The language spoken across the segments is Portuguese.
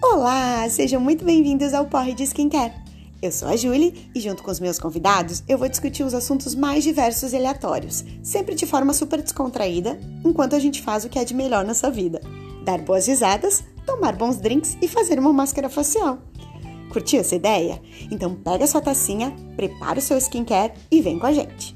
Olá, sejam muito bem-vindos ao Porre de Skincare. Eu sou a Julie e junto com os meus convidados eu vou discutir os assuntos mais diversos e aleatórios, sempre de forma super descontraída, enquanto a gente faz o que é de melhor nessa vida. Dar boas risadas, tomar bons drinks e fazer uma máscara facial. Curtiu essa ideia? Então pega sua tacinha, prepara o seu skincare e vem com a gente.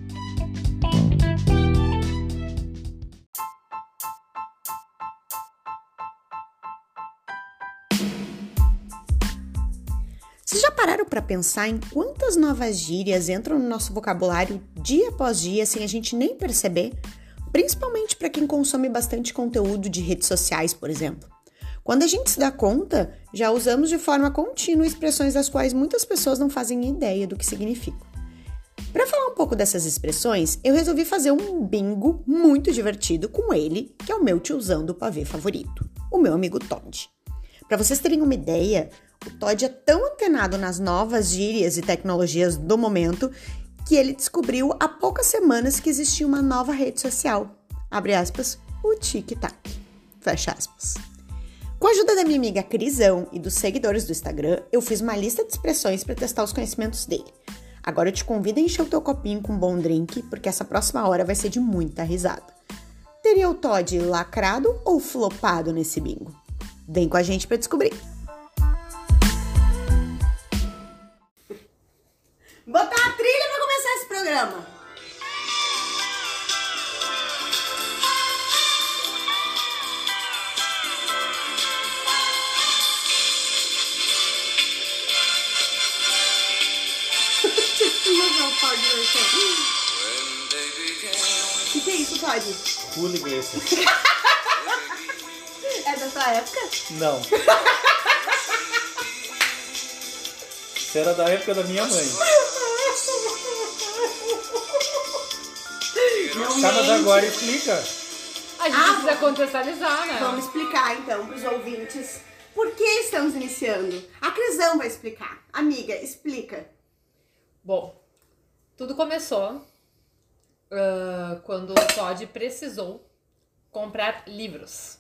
Vocês já pararam para pensar em quantas novas gírias entram no nosso vocabulário dia após dia sem a gente nem perceber? Principalmente para quem consome bastante conteúdo de redes sociais, por exemplo. Quando a gente se dá conta, já usamos de forma contínua expressões das quais muitas pessoas não fazem ideia do que significam. Para falar um pouco dessas expressões, eu resolvi fazer um bingo muito divertido com ele, que é o meu tiozão do pavê favorito, o meu amigo Todd. Para vocês terem uma ideia, o Todd é tão antenado nas novas gírias e tecnologias do momento que ele descobriu há poucas semanas que existia uma nova rede social, abre aspas, o TikTok, fecha aspas. Com a ajuda da minha amiga Crisão e dos seguidores do Instagram, eu fiz uma lista de expressões para testar os conhecimentos dele. Agora eu te convido a encher o teu copinho com um bom drink, porque essa próxima hora vai ser de muita risada. Teria o Todd lacrado ou flopado nesse bingo? Vem com a gente para descobrir. Botar a trilha para começar esse programa. O que é isso, Todd? Julio Iglesias. É da tua época? Não. Isso era da época da minha mãe. Tá, mas agora explica. A gente precisa contextualizar, né? Vamos explicar então para os ouvintes por que estamos iniciando. A Crisão vai explicar. Amiga, explica. Bom, tudo começou quando o Todd precisou comprar livros.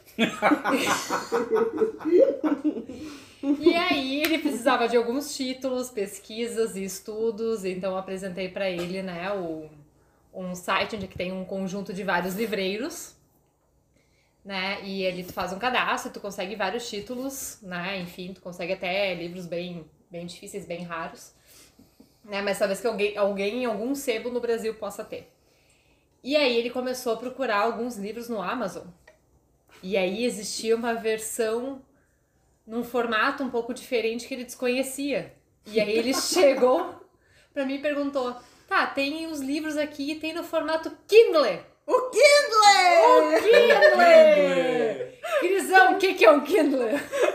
E aí ele precisava de alguns títulos, pesquisas e estudos, então eu apresentei para ele, né, um site onde tem um conjunto de vários livreiros, né, e ele tu faz um cadastro, tu consegue vários títulos, né, enfim, tu consegue até livros bem difíceis, bem raros, né, mas talvez que alguém em algum sebo no Brasil possa ter. E aí ele começou a procurar alguns livros no Amazon. E aí existia uma versão num formato um pouco diferente que ele desconhecia. E aí ele chegou pra mim e perguntou: tá, tem os livros aqui, tem no formato Kindle. O Kindle! O Kindle! Crisão, o que é um Kindle?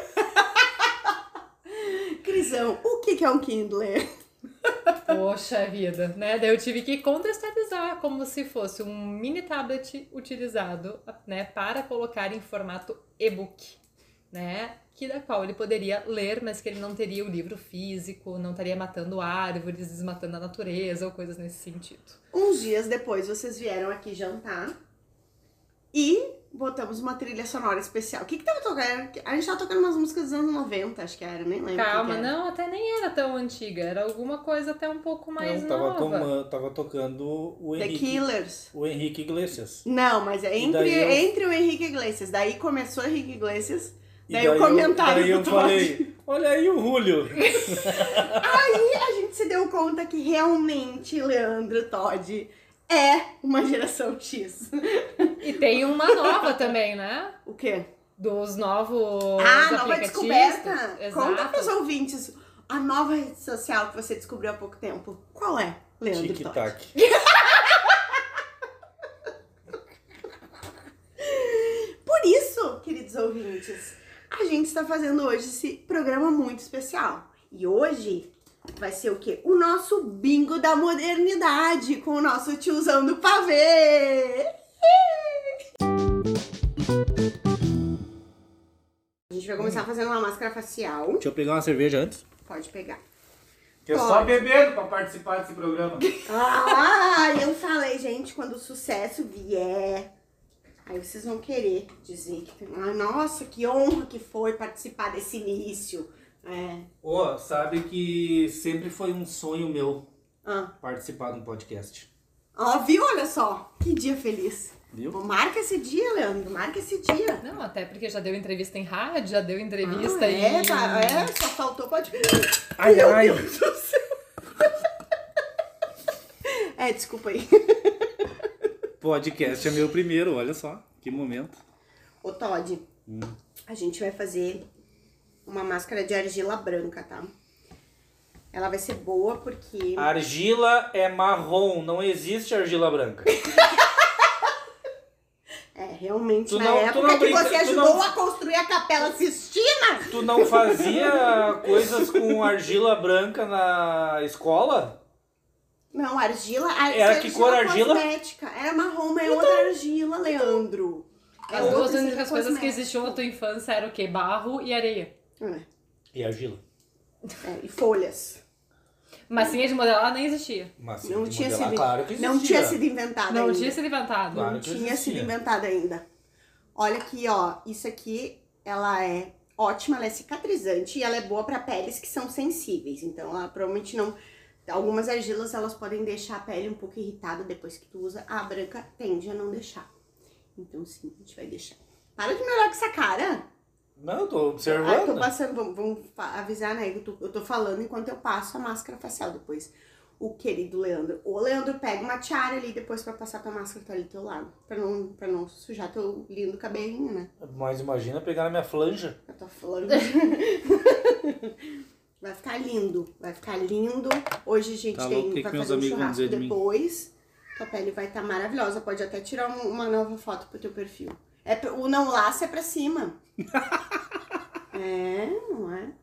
Crisão, o que é um Kindle? Poxa vida, né? Daí eu tive que contextualizar como se fosse um mini tablet utilizado, né, para colocar em formato e-book, né, da qual ele poderia ler, mas que ele não teria o livro físico, não estaria matando árvores, desmatando a natureza ou coisas nesse sentido. Uns dias depois vocês vieram aqui jantar e botamos uma trilha sonora especial. O que tava tocando? A gente tava tocando umas músicas dos anos 90, acho que era, nem lembro. Calma, que era. não, até nem era tão antiga, era alguma coisa até um pouco mais nova. Tava tocando o The Henrique. Killers. O Henrique Iglesias. Não, mas é entre o Henrique Iglesias. Daí começou o Henrique Iglesias, daí o comentário daí eu do Todd. falei, olha aí o Julio. Aí a gente se deu conta que realmente Leandro Todd é uma geração X. E tem uma nova também, né? O quê? Dos novos nova descoberta. Exato. Conta pros ouvintes a nova rede social que você descobriu há pouco tempo. Qual é, Leandro Todd? Tic-tac. Por isso, queridos ouvintes, a gente está fazendo hoje esse programa muito especial. E hoje vai ser o quê? O nosso bingo da modernidade com o nosso tiozão do pavê. A gente vai começar fazendo uma máscara facial. Deixa eu pegar uma cerveja antes. Pode pegar. Que é só bebendo pra participar desse programa. Eu falei, gente, quando o sucesso vier, Aí vocês vão querer dizer que, nossa, que honra que foi participar desse início. Sabe que sempre foi um sonho meu Ah. participar de um podcast. Ó, viu? Olha só, que dia feliz. Viu? Marca esse dia, Leandro, marca esse dia. Não, até porque já deu entrevista em rádio, já deu entrevista Só faltou podcast. Ai, Meu ai. Deus do céu. Desculpa aí. Podcast é meu primeiro, olha só, que momento. Ô, Todd, a gente vai fazer uma máscara de argila branca, tá? Ela vai ser boa porque... Argila é marrom, não existe argila branca. Realmente, na época que você ajudou a construir a Capela Sistina... Tu não fazia coisas com argila branca na escola? Não, argila... Era que cor argila? Cosmética. Era marrom, mas é outra argila, Leandro. As duas únicas coisas que existiam na tua infância eram o quê? Barro e areia. E argila. E folhas. Massinha de modelar nem existia. Massinha Não de tinha modelar, sido, claro que existia. não tinha sido inventada Não ainda. tinha sido inventado. Claro Não que tinha existia. sido inventada ainda. Olha aqui, ó. Isso aqui, ela é ótima, ela é cicatrizante e ela é boa para peles que são sensíveis. Então, ela provavelmente não... Algumas argilas, elas podem deixar a pele um pouco irritada depois que tu usa. A branca tende a não deixar. Então, sim, a gente vai deixar. Para de me olhar com essa cara. Não, eu tô observando. Tô passando, vamos avisar, né? Eu tô falando enquanto eu passo a máscara facial depois. O querido Leandro. O Leandro pega uma tiara ali depois pra passar tua máscara que tá ali do teu lado. Pra não sujar teu lindo cabelinho, né? Mas imagina pegar na minha flanja. Eu tô falando. Vai ficar lindo, vai ficar lindo. Hoje a gente Tá louco, que vai meus fazer um amigos vão churrasco dizer de mim? depois. Tua pele vai estar maravilhosa. Pode até tirar uma nova foto pro teu perfil. O não laço é pra cima. Não é?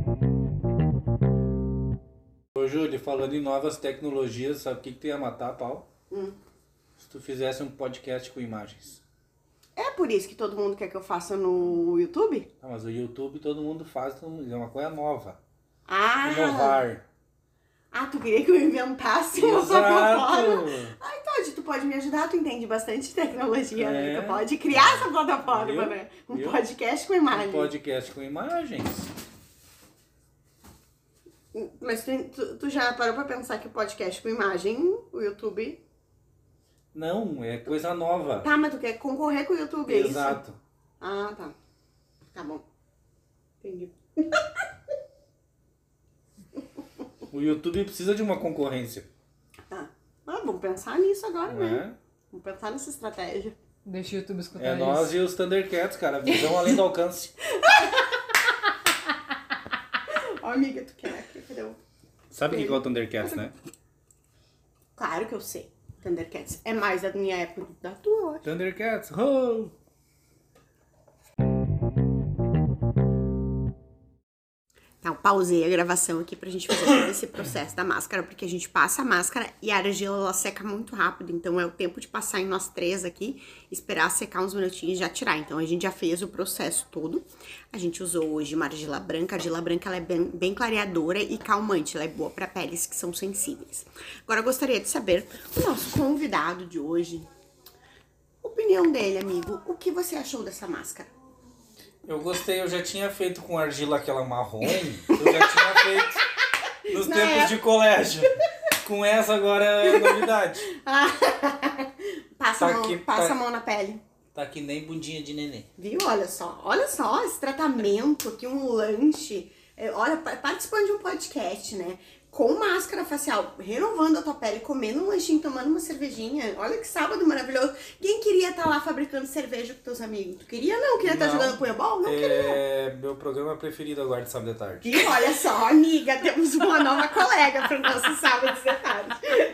Ô, Júlio, falando em novas tecnologias, sabe o que tu ia matar a pau? Se tu fizesse um podcast com imagens. É por isso que todo mundo quer que eu faça no YouTube? Ah, mas o YouTube todo mundo faz, é uma coisa nova. Ah! Inovar. Tu queria que eu inventasse uma plataforma? Exato! Ai, Todd, tu pode me ajudar? Tu entende bastante tecnologia, né? É. Tu pode criar essa plataforma, Viu? né? Um Viu? podcast com imagem. Um podcast com imagens. Mas tu já parou pra pensar que o podcast com imagem, o YouTube... Não, é coisa nova. Tá, mas tu quer concorrer com o YouTube, é isso? Exato. Ah, tá. Tá bom. Entendi. O YouTube precisa de uma concorrência. Vamos pensar nisso agora, Não né? é? Vamos pensar nessa estratégia. Deixa o YouTube escutar É isso. nós e os Thundercats, cara. Visão além do alcance. Ó, amiga, tu quer? Cadê o... Sabe o que é o Thundercats, né? Claro que eu sei. Thundercats é mais da minha época do que da tua, acho. Thundercats, ho! Tá, eu pausei a gravação aqui pra gente fazer todo esse processo da máscara, porque a gente passa a máscara e a argila, ela seca muito rápido, então é o tempo de passar em nós três aqui, esperar secar uns minutinhos e já tirar. Então a gente já fez o processo todo. A gente usou hoje uma argila branca. A argila branca, ela é bem clareadora e calmante, ela é boa pra peles que são sensíveis. Agora eu gostaria de saber, o nosso convidado de hoje, opinião dele, amigo, o que você achou dessa máscara? Eu gostei, eu já tinha feito com argila aquela marrom. Eu já tinha feito nos tempos de colégio. Com essa agora é novidade. Passa a mão na pele. Tá que nem bundinha de neném. Viu? Olha só, esse tratamento aqui, um lanche. Olha, participando de um podcast, né? Com máscara facial, renovando a tua pele, comendo um lanchinho, tomando uma cervejinha. Olha que sábado maravilhoso. Quem queria estar lá fabricando cerveja com teus amigos? Tu queria? Não. Queria estar jogando punhobol? Não queria. É meu programa preferido agora de sábado de tarde. E olha só, amiga, temos uma nova colega para o nosso sábado de tarde.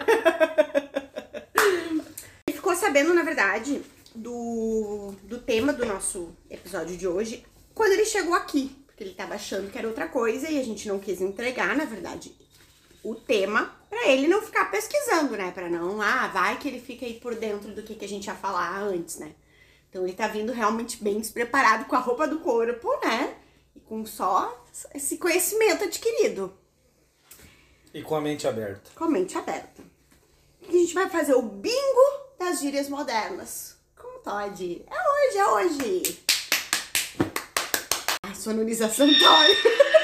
E ficou sabendo, na verdade, do tema do nosso episódio de hoje, quando ele chegou aqui. Porque ele tava achando que era outra coisa e a gente não quis entregar, na verdade, o tema pra ele não ficar pesquisando, né? Pra não, vai que ele fica aí por dentro do que a gente ia falar antes, né? Então ele tá vindo realmente bem despreparado com a roupa do corpo, né? E com só esse conhecimento adquirido. E com a mente aberta. Com a mente aberta. A gente vai fazer o bingo das gírias modernas. Como Todd. É hoje. A sonorização Todd.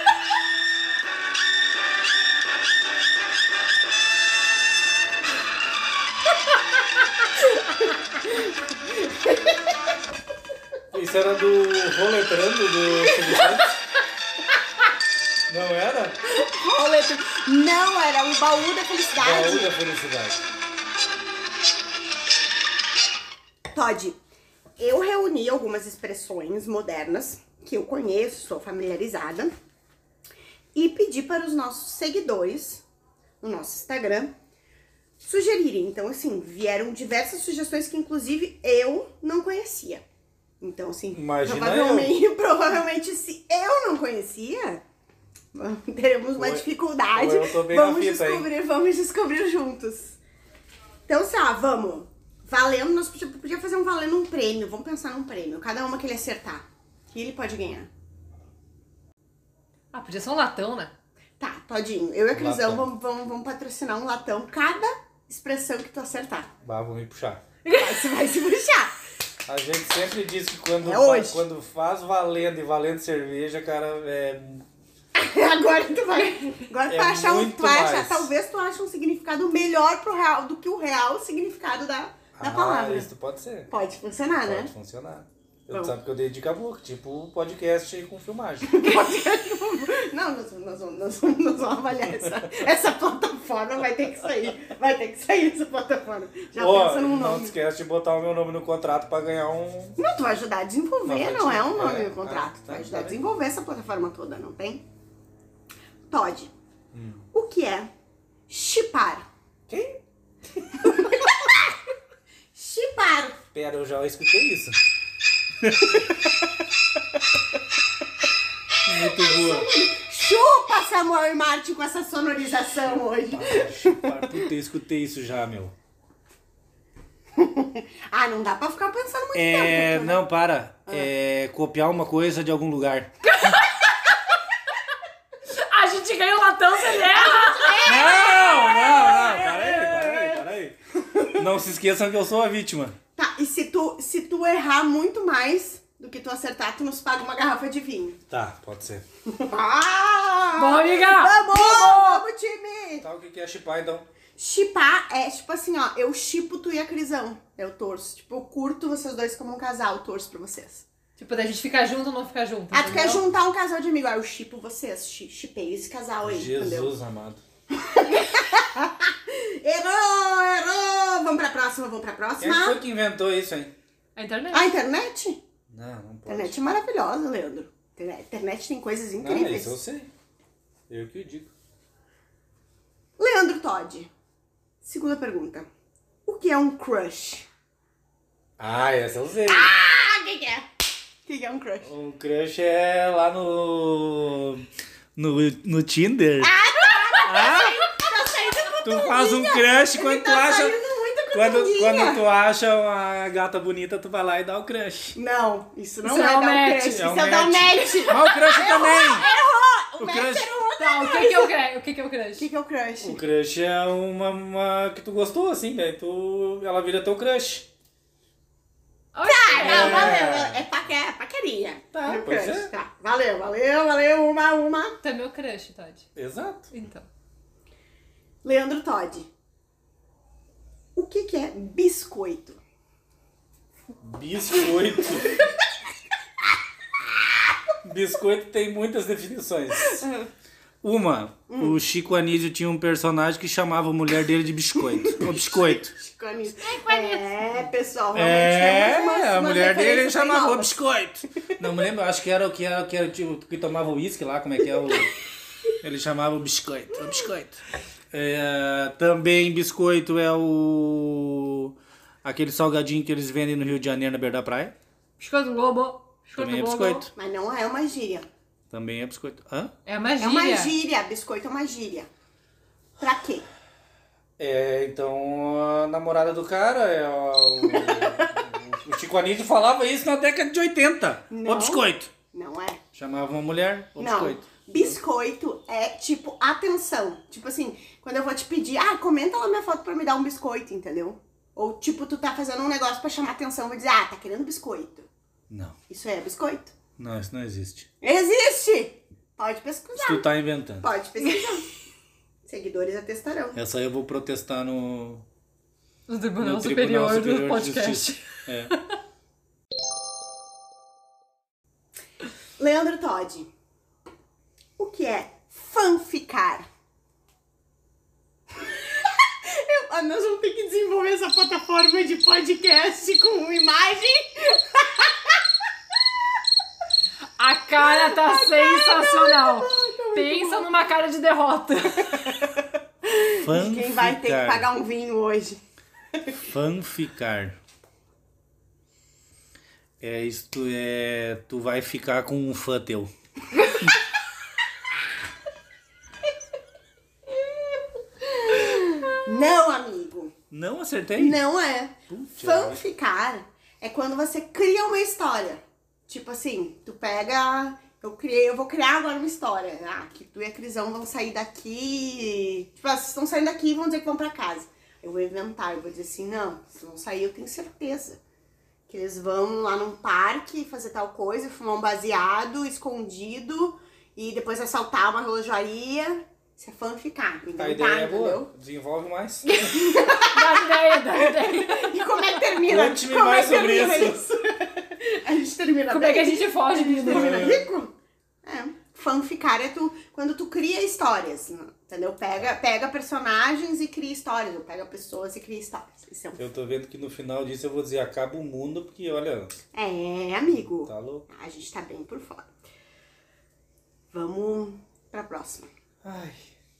Isso era do Roletrando do Silvio Santos? Não era? Não, era o Baú da Felicidade. Baú da Felicidade. Todd, eu reuni algumas expressões modernas que eu conheço, sou familiarizada, e pedi para os nossos seguidores no nosso Instagram sugerirem. Então, assim, vieram diversas sugestões que, inclusive, eu não conhecia. Então, assim, provavelmente se eu não conhecia, teremos uma dificuldade. Eu tô bem Vamos descobrir juntos. Então, sei lá, vamos. Valendo, nós podíamos fazer um prêmio. Vamos pensar num prêmio. Cada uma que ele acertar. Que ele pode ganhar. Ah, podia ser um latão, né? Tá, Todinho. Eu e a Crisão vamos patrocinar um latão. Cada expressão que tu acertar. Vamos me puxar. Vai se puxar. A gente sempre diz que quando faz valendo e valendo cerveja, cara, Agora tu vai achar talvez tu ache um significado melhor pro real do que o real significado da palavra. Isso pode ser. Pode funcionar, né? Pode funcionar. Eu sabe que eu dei dica boa, tipo podcast com filmagem. Não, nós vamos avaliar essa plataforma, vai ter que sair essa plataforma. Já pensa num nome. Não esquece de botar o meu nome no contrato pra ganhar um... Não, tu vai ajudar a desenvolver, não é um nome no contrato. Tu vai ajudar a desenvolver essa plataforma toda, não tem? Todd, o que é chipar? Quem? Chipar. Pera, eu já escutei isso. Muito boa. Chupa, Samuel e Martin, com essa sonorização hoje. Puta, eu escutei isso já, meu. Ah, não dá pra ficar pensando muito tempo. Não, para. Copiar uma coisa de algum lugar. A gente ganha o latão, você erra! Não. Para aí. Não se esqueçam que eu sou a vítima. Tá, e se tu errar muito mais do que tu acertar, tu nos paga uma garrafa de vinho. Tá, pode ser. Bom, amiga! Vamos, time! Tá, o que é chipar, então? Chipar é tipo assim, ó, eu chipo tu e a Crisão. Eu torço. Tipo, eu curto vocês dois como um casal, eu torço pra vocês. Tipo, da gente ficar junto ou não ficar junto. Ah, tu quer juntar um casal de amigo? Ah, eu chipo vocês. Chipei esse casal aí, Jesus entendeu? amado. Errou! Vamos pra próxima. Quem foi que inventou isso, hein? A internet. A internet? Não pode. Internet é maravilhosa, Leandro. Internet tem coisas incríveis. Não, isso eu sei. Eu que digo. Leandro Todd. Segunda pergunta. O que é um crush? Ah, essa eu sei. Ah, o que é? O que é um crush? Um crush é lá no Tinder. Tá saindo Tu faz um crush quando tu acha... Quando tu acha uma gata bonita, tu vai lá e dá o crush. Não, isso não Isso é é o dar o match. crush. Isso é um dar o match. Mas o crush também. Errou! O O match crush. era outro. Tá, o que é o crush? O que é o O crush? que é o crush? O crush é uma que tu gostou, assim, né? Ela vira teu crush. Não, valeu. É paquerinha. Tá, Meu pode crush. ser. Tá, valeu. Uma. Tu é meu crush, Todd. Exato. Então. Leandro Todd. O que é biscoito? Biscoito. Biscoito tem muitas definições. O Chico Anísio tinha um personagem que chamava a mulher dele de biscoito. O biscoito. Chico Anísio. Pessoal, realmente temos umas a mulher dele referências chamava o novas. biscoito. Não me lembro, acho que era o tipo, que tomava uísque lá, como é que é o... Ele chamava o biscoito. O biscoito. Também biscoito é aquele salgadinho que eles vendem no Rio de Janeiro, na beira da praia. Biscoito Globo. Também é biscoito. Mas não é uma gíria. Também é biscoito. Hã? É uma gíria. É uma gíria. Biscoito é uma gíria. Pra quê? Então a namorada do cara o Chico Anísio falava isso na década de 80. Não. O biscoito. Não é. Chamava uma mulher, o Não. biscoito. Biscoito é tipo atenção. Tipo assim, quando eu vou te pedir, comenta lá minha foto pra me dar um biscoito, entendeu? Ou tipo, tu tá fazendo um negócio pra chamar atenção, vai dizer, tá querendo biscoito. Não. Isso aí é biscoito? Não, isso não existe. Existe! Pode pesquisar. Isso tu tá inventando. Pode pesquisar. Seguidores atestarão. Essa aí eu vou protestar no Tribunal Tribunal Superior Superior do de podcast. Justiça. É. Leandro Todd. O que é fanficar? Nós vamos ter que desenvolver essa plataforma de podcast com imagem. A cara tá sensacional. Pensa numa cara de derrota. Fanficar. Quem vai ter que pagar um vinho hoje? Fanficar. Tu vai ficar com um fã teu. Não, amigo. Não acertei? Não é. Putz, Fanficar é quando você cria uma história. Tipo assim, tu pega... Eu vou criar agora uma história. Que tu e a Crisão vão sair daqui... Tipo, vocês estão saindo daqui e vão dizer que vão pra casa. Eu vou inventar, eu vou dizer assim, não, se vão sair eu tenho certeza. Que eles vão lá num parque fazer tal coisa, fumar um baseado escondido e depois assaltar uma relojaria. Isso é fanficar, inventar, A ideia é entendeu? boa. Desenvolve mais. Dá ideia. E como é que termina? Conte-me Como mais é que sobre termina isso. A gente termina Como é bem? que a gente foge disso? Termina rico? Fanficar é quando tu cria histórias, entendeu? Pega personagens e cria histórias, ou pega pessoas e cria histórias. Isso é Eu tô vendo que no final disso eu vou dizer acaba o mundo, porque olha, amigo. tá louco. A gente tá bem por fora. Vamos pra próxima. Ai.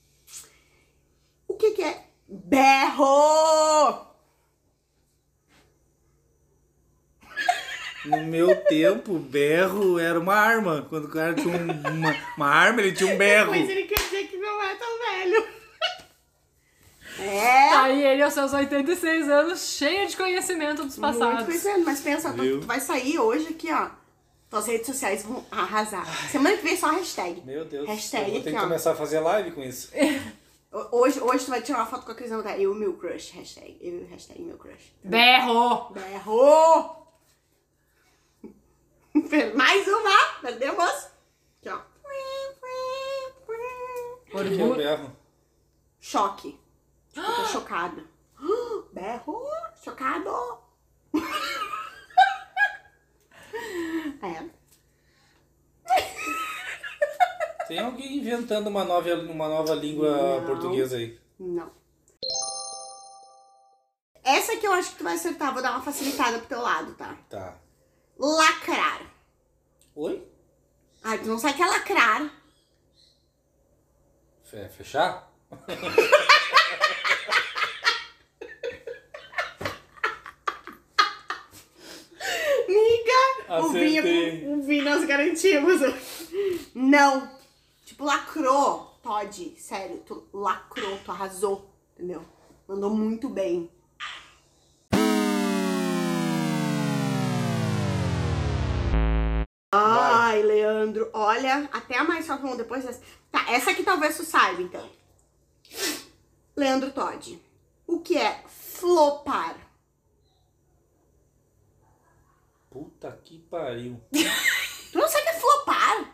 O que é berro? No meu tempo, berro era uma arma. Quando o cara tinha uma arma, ele tinha um berro. Mas ele quer dizer que não é tão velho. Aí ele, aos seus 86 anos, cheio de conhecimento dos Muito passados. conhecendo, mas pensa, tu vai sair hoje aqui, ó. Tuas redes sociais vão arrasar. Semana que vem é só hashtag. Meu Deus, Hashtag eu vou ter aqui, que ó. começar a fazer live com isso. Hoje tu vai tirar uma foto com a Cris, tá? Eu e meu crush, hashtag meu crush. Berro! Berro! Mais uma, perdemos. Aqui, ó. O que é o berro? Choque. Tipo, eu tô chocada. Berro, chocado. Tem alguém inventando uma nova língua Não. portuguesa aí. Não. Essa aqui eu acho que tu vai acertar. Vou dar uma facilitada pro teu lado, tá? Tá. Lacrar. Oi? Tu não sabe o que é lacrar. Fechar? Amiga, Acertei. o vinho nós garantimos. Não. Tipo, lacrou, Todd. Sério, tu lacrou, tu arrasou, entendeu? Mandou muito bem. Ai, Leandro, olha, até a mais só vamos depois dessa. Tá, essa aqui talvez tu saiba, então. Leandro Todd, o que é flopar? Puta que pariu. Tu não sabe o que é flopar?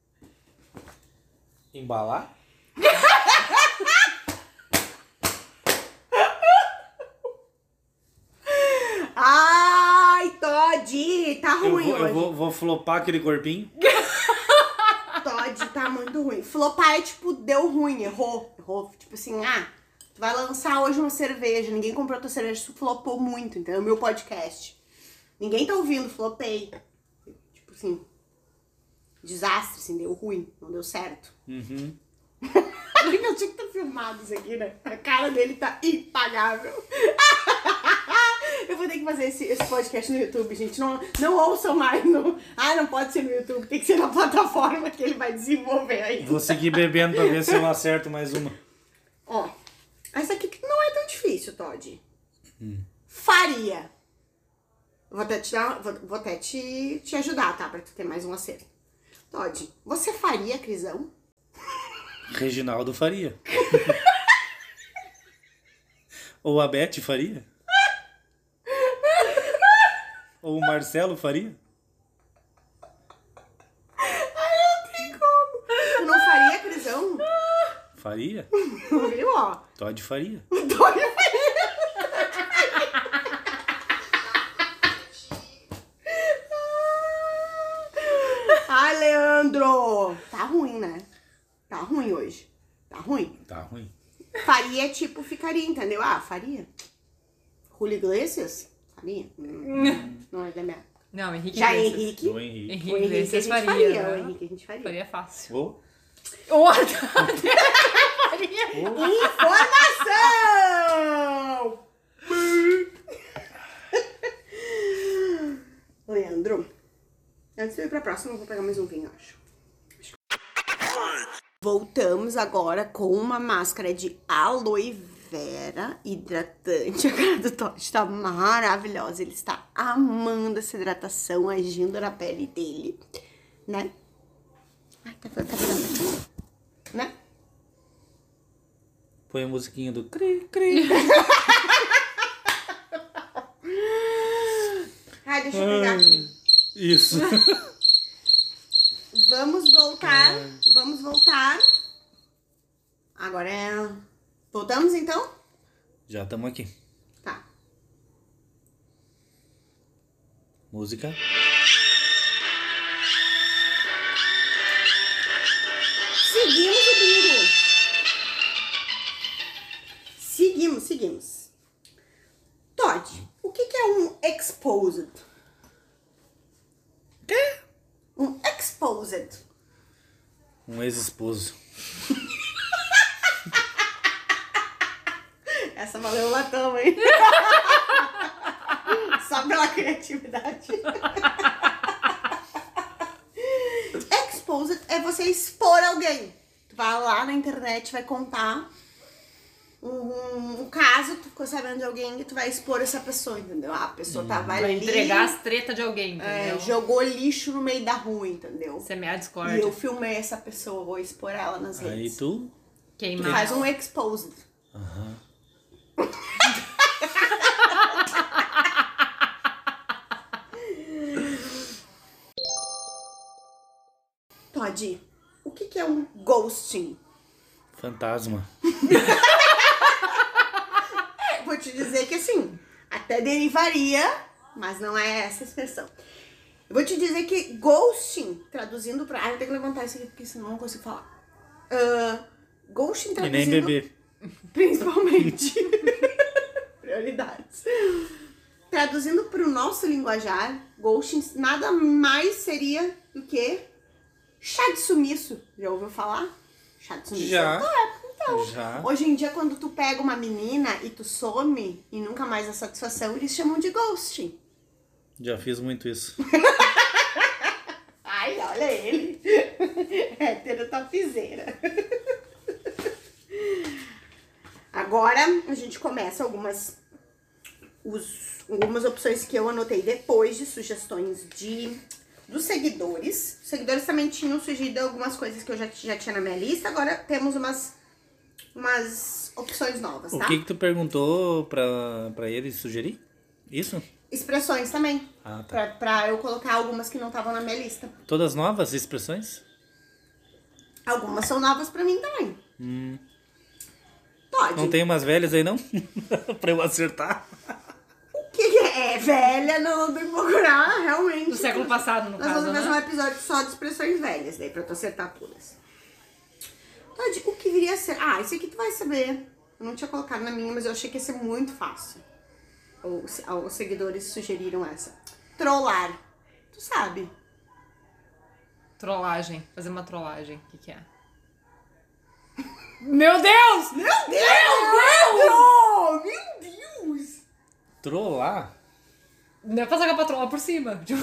Embalar? Ai, Todd, tá ruim hoje. Eu vou flopar aquele corpinho. Todd, tá muito ruim. Flopar é tipo, deu ruim, errou. Tipo assim, tu vai lançar hoje uma cerveja, ninguém comprou tua cerveja, tu flopou muito, entendeu? Meu podcast. Ninguém tá ouvindo, flopei. Tipo assim, desastre, assim, deu ruim, não deu certo. Uhum. Eu tinha que ter filmado isso aqui, né? A cara dele tá impagável. Eu vou ter que fazer esse podcast no YouTube, gente. Não ouçam mais. Não pode ser no YouTube. Tem que ser na plataforma que ele vai desenvolver aí. Vou seguir bebendo pra ver se eu acerto mais uma. Ó, essa aqui não é tão difícil, Todd. Faria. Vou até te ajudar, tá? Pra tu ter mais um acerto. Todd, você faria, Crisão? Reginaldo faria. Ou a Beth faria. Ou o Marcelo faria? Não tem como. Tu não faria, Crisão? Faria? Viu, ó? Todd faria. Ai, Leandro! Tá ruim, né? Tá ruim hoje. Tá ruim. Tá ruim. Faria, tipo, ficaria, entendeu? Ah, faria. Julio Iglesias? Faria? Não é da minha época. Não, Henrique Já Iglesias. Henrique. Do Henrique. Henrique O Henrique a Iglesias gente faria. faria. Né? O Henrique a gente faria. Faria fácil. Ô, Informação! Leandro, antes de eu ir pra próxima, eu vou pegar mais um vinho, acho. Voltamos agora com uma máscara de aloe vera hidratante. A cara do Todd tá maravilhosa. Ele está amando essa hidratação, agindo na pele dele, né? Ai, tá virando. Né? põe a musiquinha do cri, cri. Ai, deixa eu pegar aqui. Isso. Vamos voltar. Vamos voltar. Agora é... Voltamos, então? Já estamos aqui. Tá. Música. Seguimos o bingo. Seguimos. Todd, o que é um exposed? Quê? Um exposed. Um ex-esposo. Essa valeu o latão, hein? Só pela criatividade. Exposed é você expor alguém. Tu vai lá na internet, vai contar um caso, tu ficou sabendo de alguém e tu vai expor essa pessoa, entendeu? A pessoa tava Vai ali, entregar as tretas de alguém, entendeu? jogou lixo no meio da rua, entendeu? Semear E discórdia. eu filmei essa pessoa, vou expor ela nas Aí redes. tu... Tu Queimar. faz um exposed. Todd, o que é um ghosting? Fantasma. Vou te dizer que assim, até derivaria, mas não é essa a expressão. Eu vou te dizer que ghosting, traduzindo pra... Ah, eu tenho que levantar isso aqui, porque senão eu não consigo falar. Ghosting E traduzindo... nem beber. Principalmente. Prioridades. Traduzindo pro nosso linguajar, ghosting nada mais seria do que chá de sumiço. Já ouviu falar? Chá de sumiço? Já. Então, Já. hoje em dia, quando tu pega uma menina e tu some e nunca mais dá satisfação, eles chamam de ghosting. Já fiz muito isso. Ai, olha ele. Hétero topzera. Agora, a gente começa algumas opções que eu anotei depois de sugestões dos seguidores. Os seguidores também tinham sugerido algumas coisas que eu já tinha na minha lista. Agora temos umas opções novas, tá? O que tu perguntou pra eles sugerir? Isso? Expressões também. Ah, tá. Pra eu colocar algumas que não estavam na minha lista. Todas novas expressões? Algumas são novas pra mim também. Pode. Não tem umas velhas aí, não? Pra eu acertar? O que é velha? Não tem que procurar, realmente. Do século passado, no Nós caso, vamos fazer um né? episódio só de expressões velhas, daí pra tu acertar todas. Todd, o que viria a ser... Ah, esse aqui tu vai saber. Eu não tinha colocado na minha, mas eu achei que ia ser muito fácil. Os seguidores sugeriram essa. Trollar. Tu sabe. Trollagem. Fazer uma trollagem. O que é? Meu Deus! Meu Deus! Meu Deus! Trollar? Não é pra jogar pra trollar por cima. Tipo...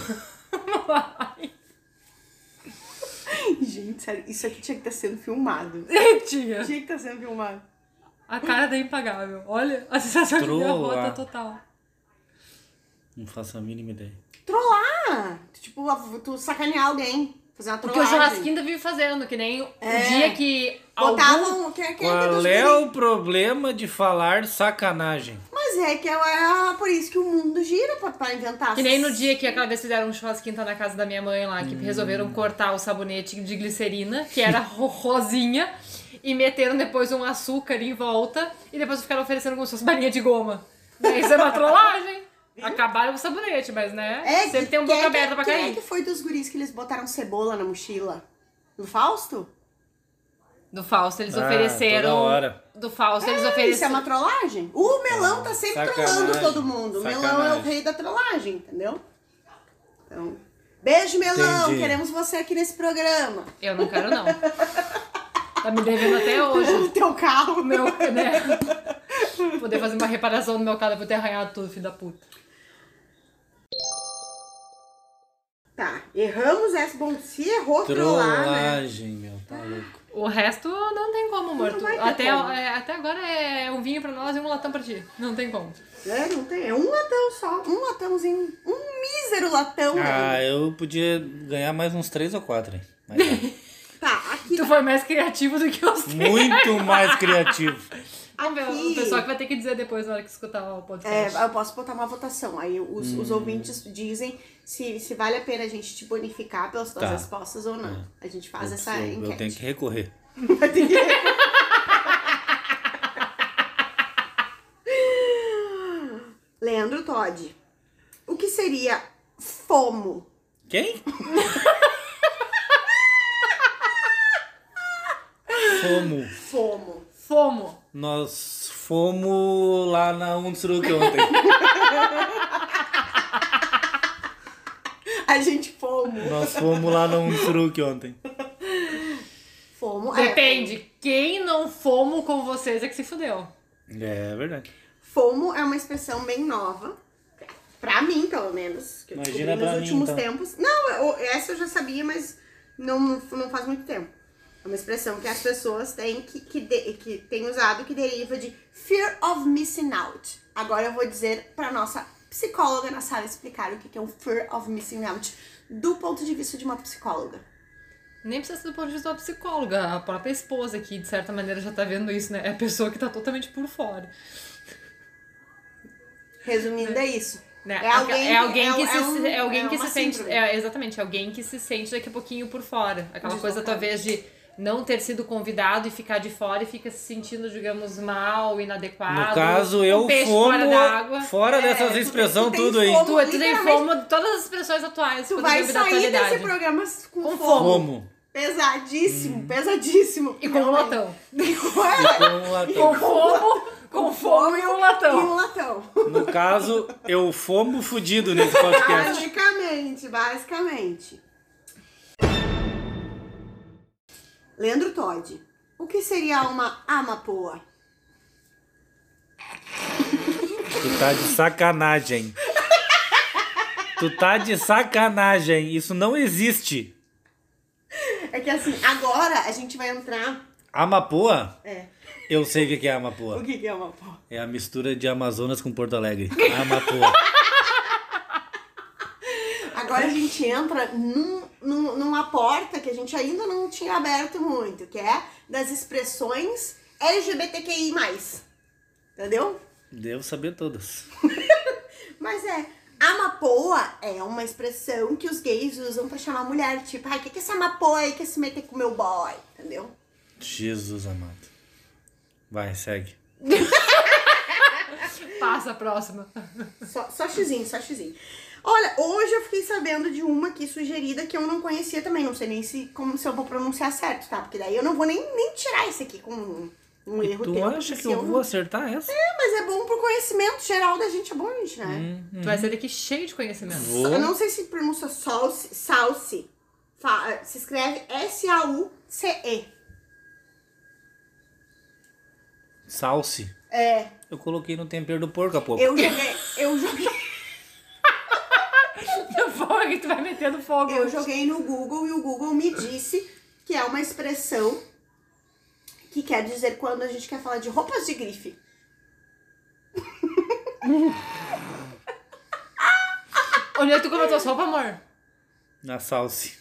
Gente, sério, isso aqui tinha que estar sendo filmado. Tinha. Tinha que estar sendo filmado. A cara da impagável. Olha, a sensação de Trollar. derrota total. Não faço a mínima ideia. Trollar! Tipo, tu sacanear alguém. Fazer uma Porque o trollagem. churrasquinho ainda vive fazendo, que nem o dia que algum... Botavam... Quem é Qual dos é guri? o problema de falar sacanagem? Mas Mas é que por isso que o mundo gira pra inventar. Que nem no dia que aquela vez fizeram um churrasquinho tá na casa da minha mãe lá, que resolveram cortar o sabonete de glicerina, que era rosinha, e meteram depois um açúcar em volta, e depois ficaram oferecendo como se fosse balinha de goma. Isso é uma trollagem. Acabaram com o sabonete, mas né? Sempre tem um boca aberta pra cair. Quem é que foi dos guris que eles botaram cebola na mochila? Do Fausto? Do Fausto eles ofereceram. Toda hora. Do Fausto eles Isso é ofereceram. uma trollagem? O Melão tá sempre trollando todo mundo. O Melão é o Sacanagem. rei da trollagem, entendeu? Então, beijo, Melão. Entendi. Queremos você aqui nesse programa. Eu não quero, não. Tá me devendo até hoje. O teu carro. Meu, né? Poder fazer uma reparação no meu carro depois de ter arranhado tudo, filho da puta. Tá, erramos essa. Bom, se errou, trollar, né? Trollagem, meu, tá louco. O resto não tem como, amor. Não vai ter Até, como. até agora é um vinho pra nós e um latão pra ti. Não tem como. É, não tem. É um latão só. Um latãozinho. Um mísero latão. né? Eu podia ganhar mais uns 3 ou 4, hein? Mas, Tá, aqui. Tu foi mais criativo do que os muito mais criativo. Vamos ver, Aqui. o pessoal que vai ter que dizer depois na hora que escutar o podcast. Eu posso botar uma votação. Aí os ouvintes dizem se vale a pena a gente te bonificar pelas tuas Tá. respostas ou não. A gente faz essa enquete. Eu tenho que recorrer. Leandro Todd. O que seria FOMO? Quem? Fomos. FOMO. Fomo. Nós fomos lá na Unsruk ontem. A gente FOMO. Nós fomos lá na Unsruk ontem. FOMO. Depende. Quem não fomo com vocês é que se fudeu. É verdade. FOMO é uma expressão bem nova. Pra mim, pelo menos. Que eu Imagina descobri nos pra mim, últimos então. tempos. Não, essa eu já sabia, mas não faz muito tempo. É uma expressão que as pessoas têm que têm usado que deriva de fear of missing out. Agora eu vou dizer pra nossa psicóloga na sala explicar o que é um fear of missing out do ponto de vista de uma psicóloga. Nem precisa ser do ponto de vista da psicóloga. A própria esposa aqui, de certa maneira, já tá vendo isso, né? É a pessoa que tá totalmente por fora. Resumindo, é isso. Né? É alguém que uma se sente. síndrome. Exatamente, alguém que se sente daqui a pouquinho por fora. Aquela coisa, Deslocado. talvez, de não ter sido convidado e ficar de fora e fica se sentindo, digamos, mal, inadequado. No caso, eu peixe fomo fora d'água. fora dessas expressões, tu tem tudo aí. fomo. Tu tem Literalmente. fomo de todas as expressões atuais. Tu pra vai devido à sair desse atualidade. programa com Com fomo. Fomo. Pesadíssimo, pesadíssimo. E com um latão. Com Com fomo e um latão. E um latão. No caso, eu fomo fudido nesse podcast. Basicamente. Leandro Todd. O que seria uma amapoa? Tu tá de sacanagem. Tu tá de sacanagem. Isso não existe. É que assim, agora a gente vai entrar... Amapoa? É. Eu sei o que é O Amapoa. que é amapoa? É a mistura de Amazonas com Porto Alegre. Amapoa. Agora a gente entra numa porta que a gente ainda não tinha aberto muito, que é das expressões LGBTQI+. Entendeu? Devo saber todas. Mas amapoa é uma expressão que os gays usam pra chamar a mulher. Tipo, ai, o que é essa amapoa aí que se meter com o meu boy? Entendeu? Jesus amado. Vai, segue. Passa a próxima. Só xizinho. Olha, hoje eu fiquei sabendo de uma aqui sugerida que eu não conhecia também. Não sei nem se eu vou pronunciar certo, tá? Porque daí eu não vou nem tirar esse aqui com um erro Tu teu. acha porque que se eu vou acertar essa? Mas é bom pro conhecimento geral da gente, é bom, gente, né? Tu vai sair daqui cheio de conhecimento. Eu não sei se pronuncia salse. Se escreve S-A-U-C-E. Salse. É, Eu coloquei no tempero do porco há pouco. eu joguei Fogo que tu vai metendo fogo. Eu joguei no Google e o Google me disse que é uma expressão que quer dizer quando a gente quer falar de roupas de grife. Onde é que tu comprou tuas roupas, amor? Na salse.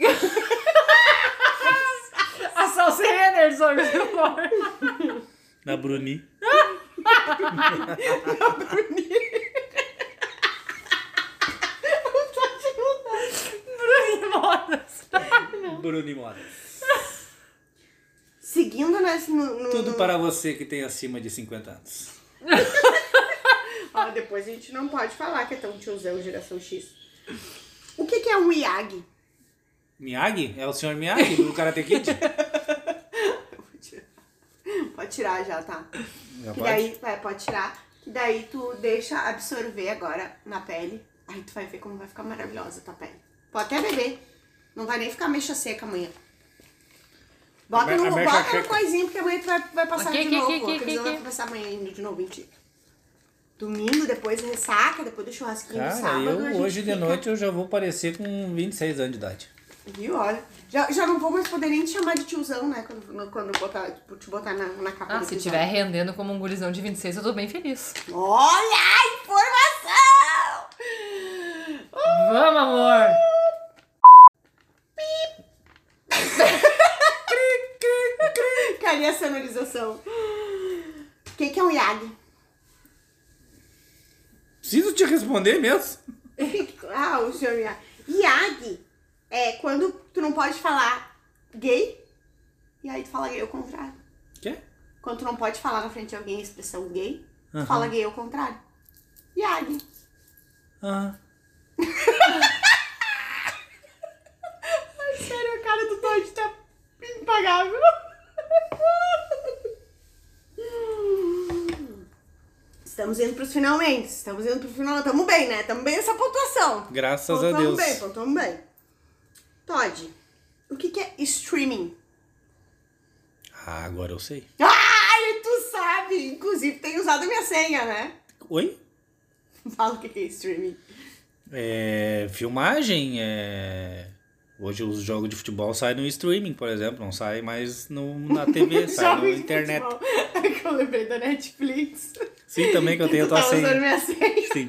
A salsa Renner, amor. Na Bruni. Bruno Modas. Bruno Modas. Seguindo no Tudo para você que tem acima de 50 anos. Ó, depois a gente não pode falar que é tão tiozão geração X. O que é um Miyagi? Miyagi? É o senhor Miyagi do Karate Kid? Pode tirar já, tá? Já Que pode? daí, pode tirar. Que daí tu deixa absorver agora na pele. Aí tu vai ver como vai ficar maravilhosa a tua pele. Pode até beber. Não vai nem ficar mecha seca amanhã. Bota no coisinho, porque amanhã tu vai passar de novo. Porque vai passar amanhã de novo, mentira. Domingo, depois ressaca, depois do churrasquinho do Cara, sábado. eu hoje de noite eu já vou parecer com 26 anos de idade. Viu, olha. Já não vou mais poder nem te chamar de tiozão, né? Quando te botar na capa do Se episódio. tiver rendendo como um gurizão de 26, eu tô bem feliz. Olha a informação! Vamos, amor! Cadê a sonorização? O que é um Yagi? Preciso te responder mesmo? Ah, o senhor Yagi. Yagi é quando tu não pode falar gay, e aí tu fala gay ao contrário. Quê? Quando tu não pode falar na frente de alguém a expressão gay, tu fala gay ao contrário. Yagi. Aham. Ai, sério, a cara do Todd tá impagável. Estamos indo pros finalmente. Estamos indo pro final. Tamo bem, né? Tamo bem nessa pontuação. Graças a Deus. Tamo bem. Todd, o que é streaming? Ah, agora eu sei. Ai, tu sabe! Inclusive, tem usado a minha senha, né? Oi? Fala o que é streaming. Filmagem, Hoje os jogos de futebol saem no streaming, por exemplo. Não sai mais na TV, sai na internet. É que eu lembrei da Netflix. Sim, também que eu tenho a Tu tua tá usando senha. minha senha. Sim.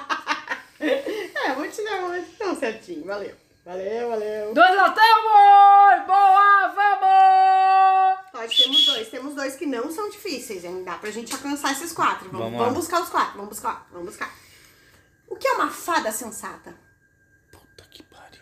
Vou te dar uma. Não, certinho. Valeu. 2 latão, amor! Boa, vamos! Todd, temos dois que não são difíceis, hein? Dá pra gente alcançar esses 4. Vamos lá. Vamos buscar os 4. Vamos buscar. O que é uma fada sensata? Puta que pariu.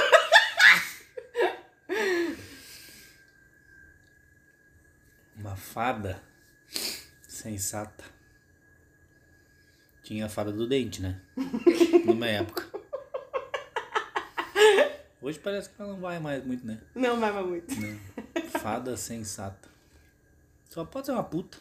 Uma fada sensata. Tinha a fada do dente, né? Numa época. Hoje parece que ela não vai mais muito, né? Não vai muito. Não. Fada sensata. Só pode ser uma puta.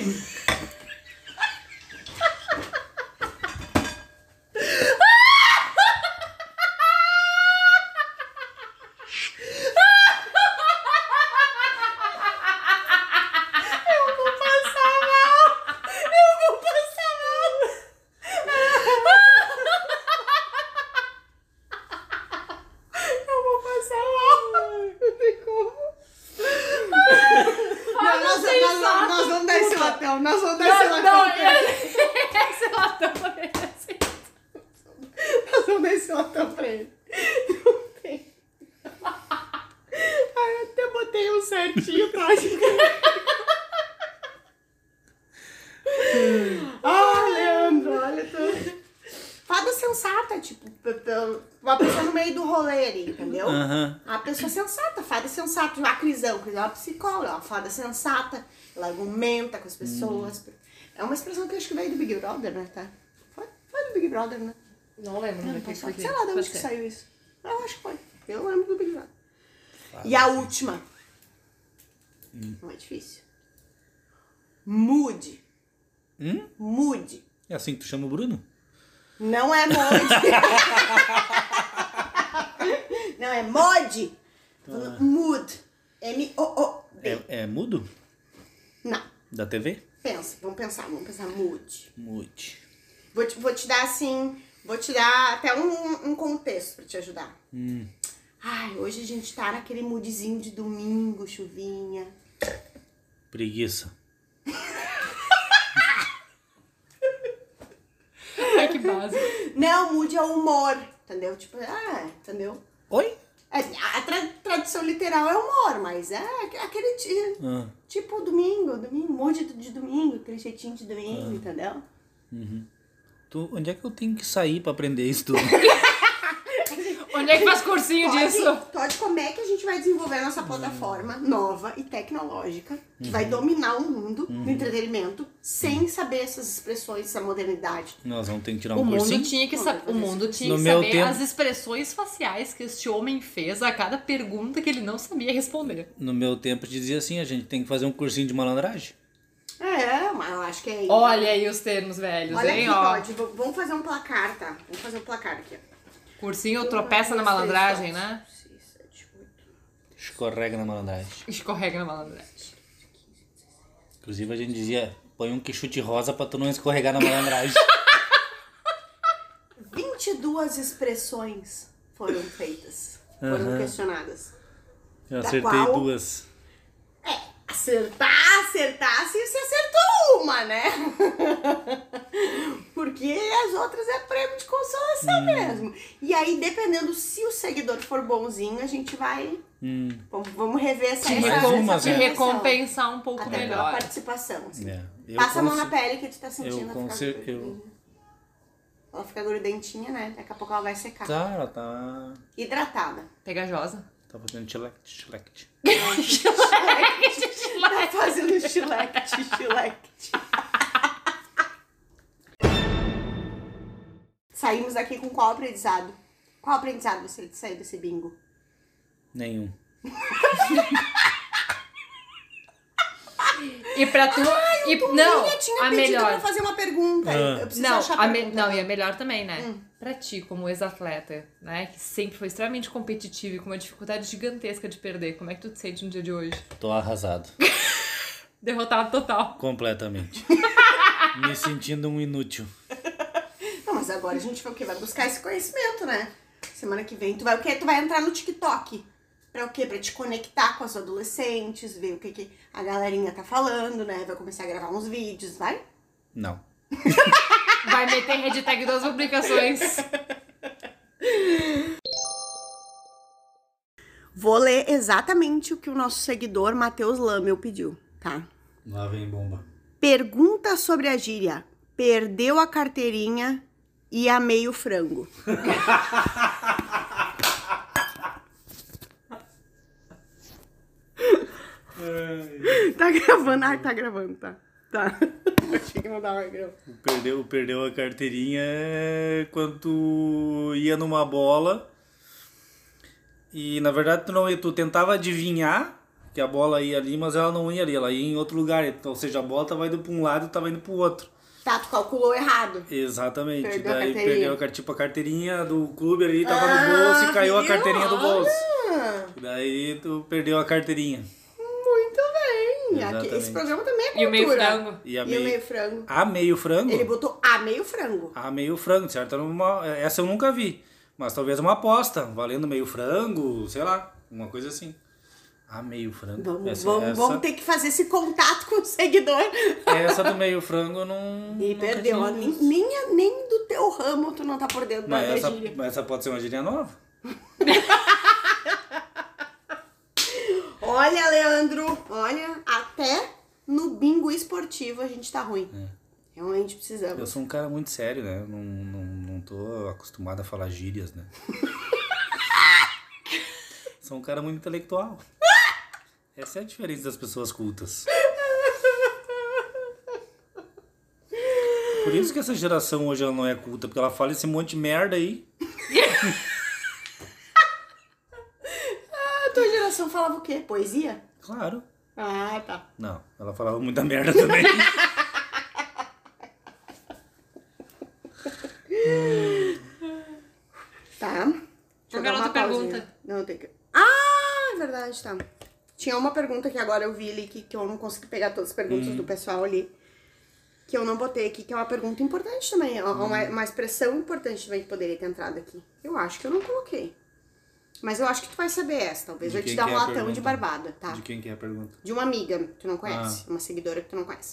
Nós vamos dar esse latão. Esse latão merece. Nós vamos dar esse latão pra ele. Não tem. Ai, eu até botei um certinho, tá? Leandro, olha tu. Fada sensata, tipo, uma pessoa no meio do rolê ali, entendeu? A pessoa sensata, fada sensata. A Crisão é uma psicóloga, uma fada sensata. Ela argumenta com as pessoas. É uma expressão que eu acho que veio do Big Brother, né? Tá? Foi do Big Brother, né? Não lembro. Sei lá de onde que saiu isso. Eu acho que foi. Eu lembro do Big Brother. E a última. Não é difícil. Mood. Mood. É assim que tu chama o Bruno? Não é mod. Não, é mod. Mood. M-O-O-D. É mudo? Não. Da TV? Pensa, vamos pensar mood. Mood. Vou te dar assim, vou te dar até um contexto pra te ajudar. Ai, hoje a gente tá naquele moodzinho de domingo, chuvinha. Preguiça. Ai, que básico. Não, mood é o humor, entendeu? Tipo, entendeu? Oi? Tradução literal é humor, mas é aquele tipo domingo, monte de domingo, aquele jeitinho de domingo, entendeu? Onde é que eu tenho que sair pra aprender isso tudo? Onde é que faz cursinho disso? Todd, como é que a gente vai desenvolver a nossa plataforma nova e tecnológica que vai dominar o mundo do entretenimento sem saber essas expressões, essa modernidade? Nós vamos ter que tirar O um mundo cursinho. tinha que No meu saber tempo- as expressões faciais que este homem fez a cada pergunta que ele não sabia responder. No meu tempo dizia assim, a gente tem que fazer um cursinho de malandragem. Mas eu acho que é isso. Olha aí os termos velhos, Olha hein, aqui, ó. Todd, vamos fazer um placar, tá? Vamos fazer um placar aqui, ó. Cursinho tropeça na malandragem, né? 6, 7, 8. Escorrega na malandragem. Escorrega na malandragem. Inclusive a gente dizia, põe um quixute rosa pra tu não escorregar na malandragem. 22 expressões foram feitas, foram questionadas. Eu Da acertei qual- 2. Acertar, se você acertou uma, né? Porque as outras é prêmio de consolação mesmo. E aí, dependendo se o seguidor for bonzinho, a gente vai... Vamos rever essa Te recompensar um pouco até pela melhor. participação. Assim. Eu Passa a mão na consigo- pele que tu tá sentindo. Ela fica grudentinha, né? Daqui a pouco ela vai secar. Tá, ela tá... Hidratada. Pegajosa. Tá fazendo chilect. Tá fazendo chilect. Saímos daqui com qual aprendizado? Qual aprendizado você saiu desse bingo? Nenhum. E pra tu... não, Eu tinha a pedido melhor... pra fazer uma pergunta. Eu preciso Não, achar a pergunta. não, e a melhor também, né? Pra ti, como ex-atleta, né? Que sempre foi extremamente competitivo e com uma dificuldade gigantesca de perder. Como é que tu te sente no dia de hoje? Tô arrasado. Derrotado total. Completamente. Me sentindo um inútil. Não, mas agora a gente vai o quê? Vai buscar esse conhecimento, né? Semana que vem tu vai o quê? Tu vai entrar no TikTok. Pra o quê? Pra te conectar com as adolescentes, ver o que a galerinha tá falando, né? Vai começar a gravar uns vídeos, vai? Não. Vai meter hashtag das publicações. Vou ler exatamente o que o nosso seguidor Matheus Lamel pediu, tá? Lá vem bomba. Pergunta sobre a gíria. Perdeu a carteirinha e amei o frango. Tá gravando? Ai, tá gravando, tá. Tá. Achei que não tava gravando. Perdeu a carteirinha quando tu ia numa bola e na verdade tu tentava adivinhar que a bola ia ali, mas ela não ia ali, ela ia em outro lugar. Então, ou seja, a bola tava indo pra um lado e tava indo pro outro. Tá, tu calculou errado. Exatamente. Perdeu a Daí carteirinha. tipo a carteirinha do clube ali tava no bolso e caiu a viu? carteirinha do bolso. Ah, Daí tu perdeu a carteirinha. muito bem. Aqui, esse Exatamente. programa também é cultura. E o meio frango. E a E o meio... meio frango. A meio frango? Ele botou a meio frango. A meio frango, certo? Essa eu nunca vi. Mas talvez uma aposta, valendo meio frango, sei lá, uma coisa assim. A meio frango. Vamos ter que fazer esse contato com o seguidor. Essa do meio frango eu não... E nunca perdeu. tinha Ó, visto. nem do teu ramo tu não tá por dentro da Mas gíria. essa pode ser uma gíria nova. Olha, Leandro, olha, até no bingo esportivo a gente tá ruim. Realmente Eu precisamos. sou um cara muito sério, né? Eu não tô acostumado a falar gírias, né? Sou um cara muito intelectual. Essa é a diferença das pessoas cultas. Por isso que essa geração hoje ela não é culta, porque ela fala esse monte de merda aí. A tua geração falava o quê? Poesia? Claro. Ah, tá. Não, ela falava muita merda também. Tá. Deixa eu dar Qualquer uma outra pausinha. pergunta? Não, tem que... Ah, é verdade, tá. Tinha uma pergunta que agora eu vi ali, que eu não consegui pegar todas as perguntas do pessoal ali, que eu não botei aqui, que é uma pergunta importante também, uma expressão importante também que poderia ter entrado aqui. Eu acho que eu não coloquei. Mas eu acho que tu vai saber essa, talvez. De Eu te quem dar que um é a latão pergunta? de barbada, tá? De quem que é a pergunta? De uma amiga que tu não conhece, uma seguidora que tu não conhece.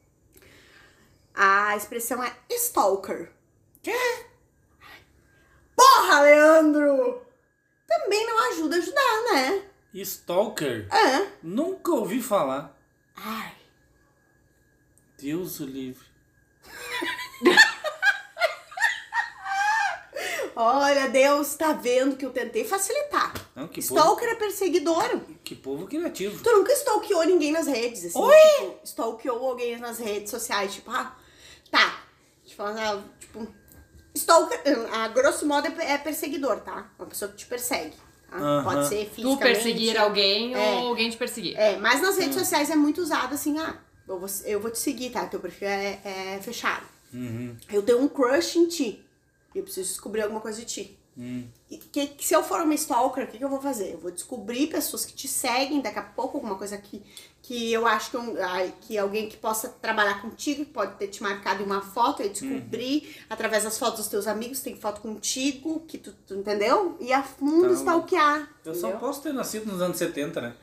A expressão é stalker. Quê? Porra, Leandro! também não ajuda a ajudar, né? Stalker? É. Nunca ouvi falar. Ai. Deus o livre. Olha, Deus tá vendo que eu tentei facilitar. Não, que Stalker é perseguidor. Que povo criativo. Tu nunca stalkeou ninguém nas redes, assim. Oi? Tipo, stalkeou alguém nas redes sociais, tipo, tá. Tipo, stalker, a grosso modo é perseguidor, tá? Uma pessoa que te persegue. Tá? Pode ser fisicamente. Tu perseguir alguém ou alguém te perseguir. Mas nas redes sociais é muito usado assim, eu vou te seguir, tá? Teu perfil é fechado. Eu tenho um crush em ti. E eu preciso descobrir alguma coisa de ti. E se eu for uma stalker, o que eu vou fazer? Eu vou descobrir pessoas que te seguem, daqui a pouco alguma coisa que eu acho que alguém que possa trabalhar contigo, que pode ter te marcado em uma foto, e descobrir através das fotos dos teus amigos, tem foto contigo, que tu entendeu? E a fundo stalkear. Eu só posso ter nascido nos anos 70, né?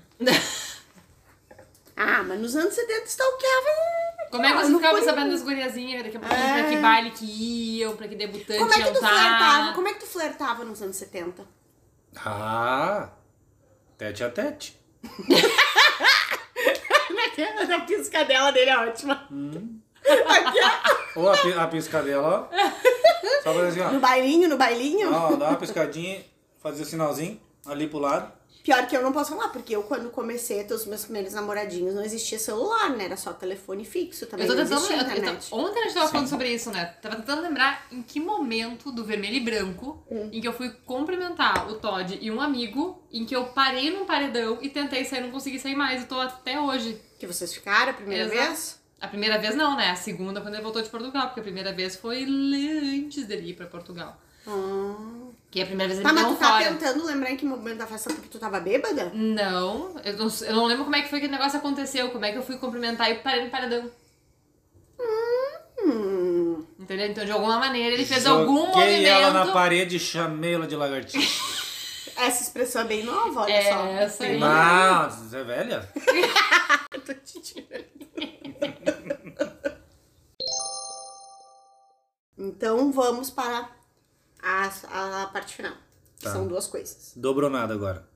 Mas nos anos 70 stalkeava. Como é que você ficava sabendo das guriazinhas, daqui a pouco, pra que baile que iam, pra que debutante Como é que tu iam flertava? Como é que tu flertava nos anos 70? Tete a tete. A piscadela dele é ótima. Ou a piscadela, ó. Só fazer assim, ó. No bailinho. Ó, dá uma piscadinha, fazer o sinalzinho ali pro lado. Pior que eu não posso falar, porque eu quando comecei a ter os meus primeiros namoradinhos, não existia celular, né? Era só telefone fixo também. Eu tô não tentando. existia internet. Ontem a gente tava falando sobre isso, né? Tava tentando lembrar em que momento do vermelho e branco em que eu fui cumprimentar o Todd e um amigo, em que eu parei num paredão e tentei sair, não consegui sair mais. E tô até hoje. Que vocês ficaram a primeira vez? A primeira vez não, né? A segunda quando ele voltou de Portugal, porque a primeira vez foi antes dele ir pra Portugal. Que a primeira vez ele mas não tu tá fora. tentando lembrar em que momento da festa porque tu tava bêbada? Não, eu não lembro como é que foi que o negócio aconteceu, como é que eu fui cumprimentar e parei no paredão. Entendeu? Então, de alguma maneira, ele fez algum movimento. Joguei ela na parede e chamei ela de lagartixa. Essa expressão é bem nova, olha só. Essa aí. Não, você é velha? Eu tô te tirando. Então, vamos para a parte final. Que são duas coisas. Dobrou nada agora.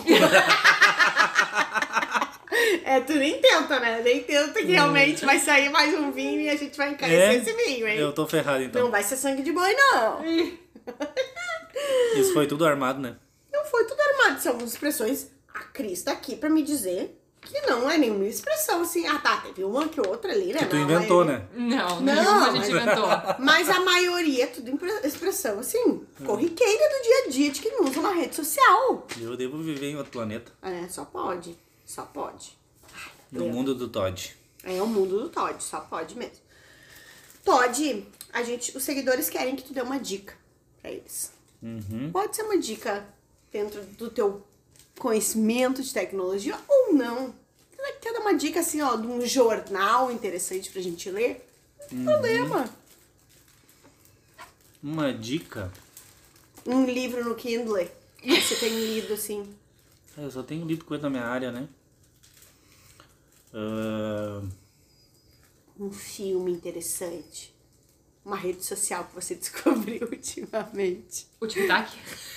Tu nem tenta, né? Nem tenta que realmente vai sair mais um vinho e a gente vai encarecer esse vinho, hein? Eu tô ferrado, então. Não vai ser sangue de boi, não. Isso foi tudo armado, né? Não foi tudo armado. São expressões. A Cris tá aqui pra me dizer que não é nenhuma expressão assim. Teve uma que outra ali, né? Que tu inventou, maioria... né? Não, nenhuma a gente inventou. Mas a maioria é tudo expressão, assim, corriqueira do dia a dia de quem usa uma rede social. Eu devo viver em outro planeta. Só pode. Só pode. No mundo do Todd. É o mundo do Todd, só pode mesmo. Todd, os seguidores querem que tu dê uma dica pra eles. Pode ser uma dica dentro do teu conhecimento de tecnologia ou não. Quer dar uma dica assim, ó, de um jornal interessante pra gente ler? Não tem problema. Uma dica? Um livro no Kindle que você tem lido assim. Eu só tenho lido coisa da minha área, né? Um filme interessante. Uma rede social que você descobriu ultimamente. O tic-tac?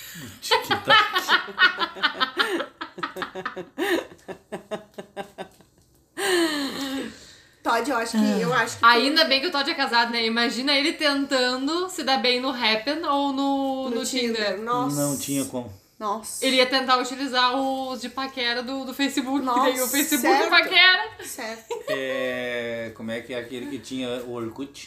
Todd, eu acho que Ainda bem que o Todd é casado, né? Imagina ele tentando se dar bem no Happn ou no Tinder. Nossa. Não tinha como. Nossa. Ele ia tentar utilizar os de paquera do Facebook. Nossa, que tem o Facebook certo. e paquera. Certo. Como é que é aquele que tinha o Orkut?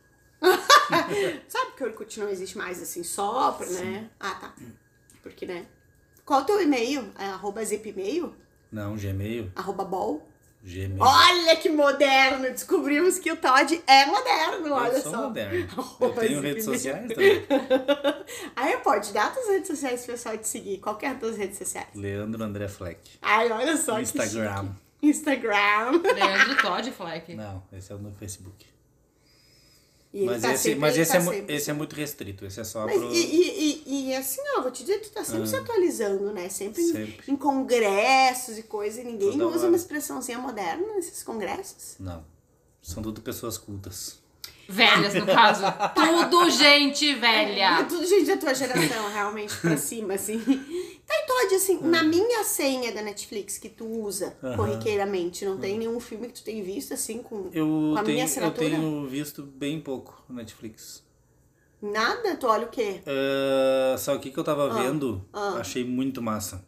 Sabe que o Orkut não existe mais assim, só pra, né? Tá. Porque, né? Qual o teu e-mail? É @zipmail? Não, Gmail. @bol? Gmail. Olha que moderno! Descobrimos que o Todd é moderno, olha Eu sou só. moderno. Eu tenho redes sociais também. Aí pode dar tuas redes sociais pro pessoal te seguir. Qualquer das redes sociais. Leandro André Fleck. Ai, olha só Instagram. que chique. Instagram. Leandro Todd Fleck. Não, esse é o no Facebook. E ele Mas, tá esse, sempre, mas ele esse, tá é, sempre. esse é muito restrito. Esse é só Mas, pro... e assim, ó, vou te dizer, tu tá sempre se atualizando, né? Sempre. Sempre. Em congressos e coisa, e ninguém Toda usa hora. uma expressãozinha moderna nesses congressos. Não. São tudo pessoas cultas. Velhas, no caso. Tudo gente É velha. tudo gente da tua geração, realmente, pra cima, assim. Tá, Todd, assim, na minha senha da Netflix que tu usa corriqueiramente, não tem nenhum filme que tu tenha visto, assim, com a minha Eu assinatura? tenho visto bem pouco no Netflix. Nada? Tu olha o quê? Sabe o que eu tava vendo? Achei muito massa.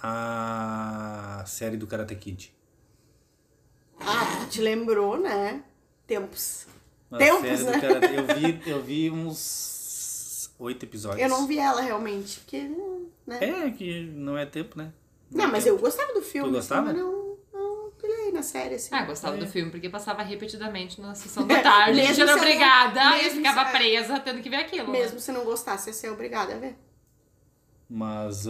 A série do Karate Kid. Ah, te lembrou, né? Tempos. A Tempos, série né? do Karate. Eu vi uns 8 episódios. Eu não vi ela realmente, porque, né? É, que não é tempo, né? Não, mas eu gostava do filme. Tu gostava? Mas não pilhei na série, assim. Ah, gostava do filme, porque passava repetidamente na sessão da tarde. A gente Mesmo era se eu não- obrigada e mesmo ficava se- presa tendo que ver aquilo. Mesmo Né? se não gostasse, ia ser obrigada a ver. Mas.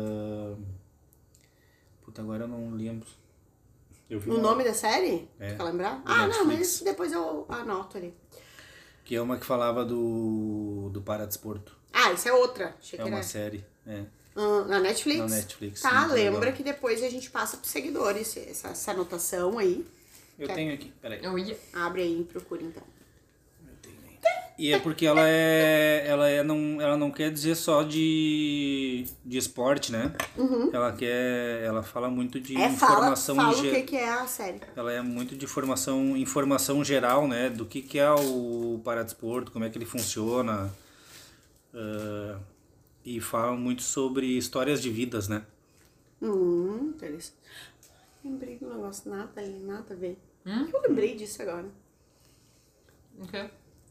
Puta, agora eu não lembro. Eu vi O uma- nome da série? É, Tu quer lembrar? do Ah, não, Netflix. mas depois eu anoto ali. Que é uma que falava do Paradesporto. Ah, isso é outra. Achei É que uma era. série. É. Na Netflix? Na Netflix, Tá, muito lembra legal. que depois a gente passa pros seguidores essa anotação aí. Eu tenho aqui, peraí. Eu ia. Abre aí e procura então. E é porque ela não quer dizer só de esporte, né? Ela fala muito de informação fala em o que é a série. Ela é muito de informação geral, né? Do que é o paradesporto, como é que ele funciona. E fala muito sobre histórias de vidas, né? Interessante. Lembrei do negócio, nada a ver. Eu lembrei disso agora. Ok.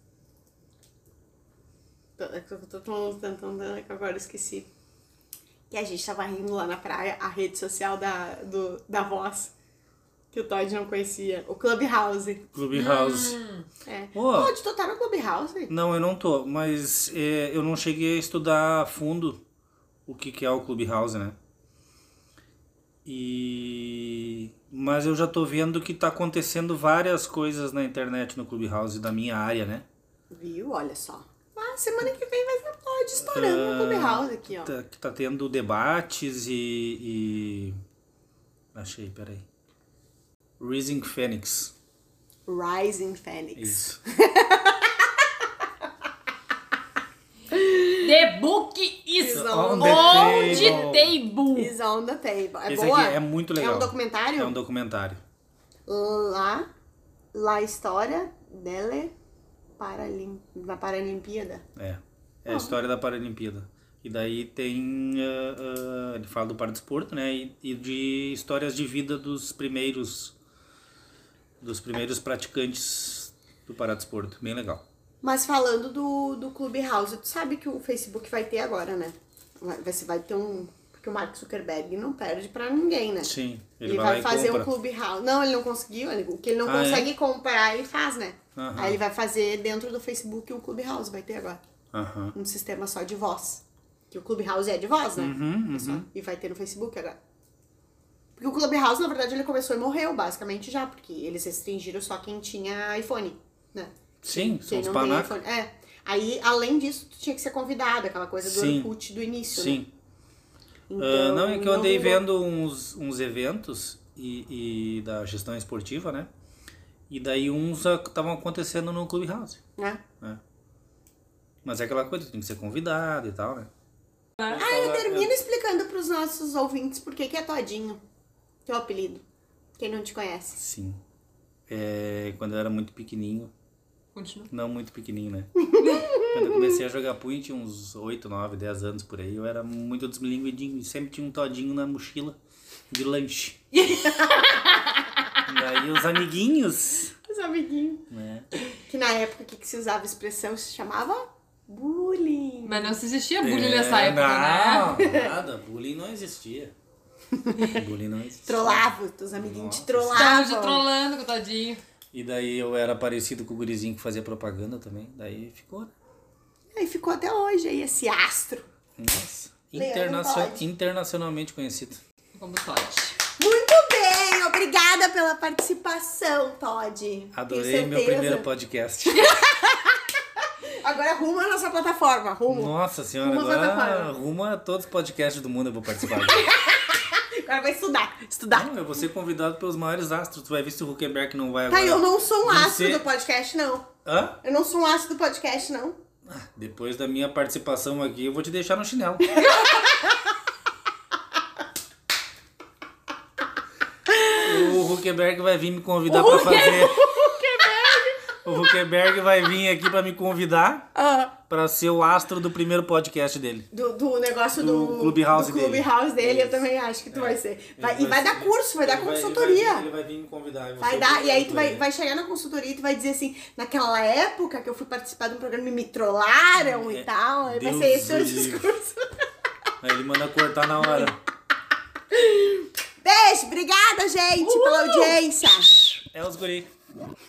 Tô tentando, que agora eu esqueci. Que a gente tava rindo lá na praia, a rede social da Voz, que o Todd não conhecia, o Clubhouse. Clubhouse. É. Ô. Todd, tu tá no Clubhouse? Não, eu não tô, mas eu não cheguei a estudar a fundo o que é o Clubhouse, né? Mas eu já tô vendo que tá acontecendo várias coisas na internet no Clubhouse da minha área, né? Viu? Olha só. Ah, semana que vem vai ser Todd estourando no Clubhouse aqui, ó. Que tá tendo debates e... Achei, peraí. Rising Phoenix. Rising Phoenix. Isso. The Book is On the on the table. table. Is on the table. É Esse boa? aqui é muito legal. É um documentário? É um documentário. La história dela na Paralimpíada. É a história da Paralimpíada. E daí tem... ele fala do paradesporto, né? E de histórias de vida dos primeiros praticantes do paradesporto. Bem legal. Mas falando do Clubhouse, tu sabe que o Facebook vai ter agora, né? Vai ter um... Porque o Mark Zuckerberg não perde pra ninguém, né? Sim. Ele vai vai lá e fazer compra. um Clubhouse. Não, ele não conseguiu. O que ele não Ah, consegue comprar, ele faz, né? Aham. Aí ele vai fazer dentro do Facebook um Clubhouse, vai ter agora. Aham. Um sistema só de voz. Que o Clubhouse é de voz, né? Uhum. E vai ter no Facebook agora. Porque o Clubhouse, na verdade, ele começou e morreu, basicamente, já. Porque eles restringiram só quem tinha iPhone, né? Sim, Quem são os não tem panaca. iPhone. É. Aí, além disso, tu tinha que ser convidado. Aquela coisa do Sim. Orkut do início, Sim. né? Então, Não, é que eu andei vingou. vendo uns eventos e da gestão esportiva, né? E daí uns estavam acontecendo no Clubhouse. Né? Mas é aquela coisa, tem que ser convidado e tal, né? Ah, e termina explicando pros nossos ouvintes por que é Todinho. Teu apelido. Quem não te conhece. Sim. Quando eu era muito pequenininho. Continua. Não muito pequenininho, né? Quando eu comecei a jogar punho, tinha uns 8, 9, 10 anos por aí. Eu era muito desmilinguidinho e sempre tinha um todinho na mochila de lanche. Daí os amiguinhos, Os amiguinhos. né? Que na época que se usava a expressão se chamava bullying. Mas não se existia bullying nessa época, né? Não, nada. Bullying não existia. Bullying não existia. Trollava, teus amiguinhos te Nossa. Tava trollavam. de trolando, coitadinho. E daí eu era parecido com o gurizinho que fazia propaganda também. Daí ficou, né? Aí ficou até hoje aí esse astro. Nossa. Leandro Todd. Internacionalmente conhecido. Como Todd. Muito bem, obrigada pela participação, Todd. Adorei Tenho meu certeza. primeiro podcast. Agora rumo a nossa plataforma, rumo. Nossa senhora, Rumo à agora plataforma. rumo a todos os podcasts do mundo eu vou participar. Agora vai estudar. Não, eu vou ser convidado pelos maiores astros. Tu vai ver se o Huckenberg não vai Tá, agora. eu não sou um astro Você- do podcast, não. Hã? Eu não sou um astro do podcast, não. Depois da minha participação aqui, eu vou te deixar no chinelo. Huckenberg vai vir me convidar pra fazer... O Huckenberg vai vir aqui pra me convidar pra ser o astro do primeiro podcast dele. Do negócio do Clubhouse dele. Clubhouse dele, eu também acho que tu vai ser. E vai dar curso, vai dar consultoria. Ele vai vir me convidar. Vai dar, e aí tu vai chegar na consultoria e tu vai dizer assim, naquela época que eu fui participar de um programa e me trollaram e tal, aí vai ser esse o discurso. Aí ele manda cortar na hora. Beijo, obrigada, gente, pela audiência. É os guri.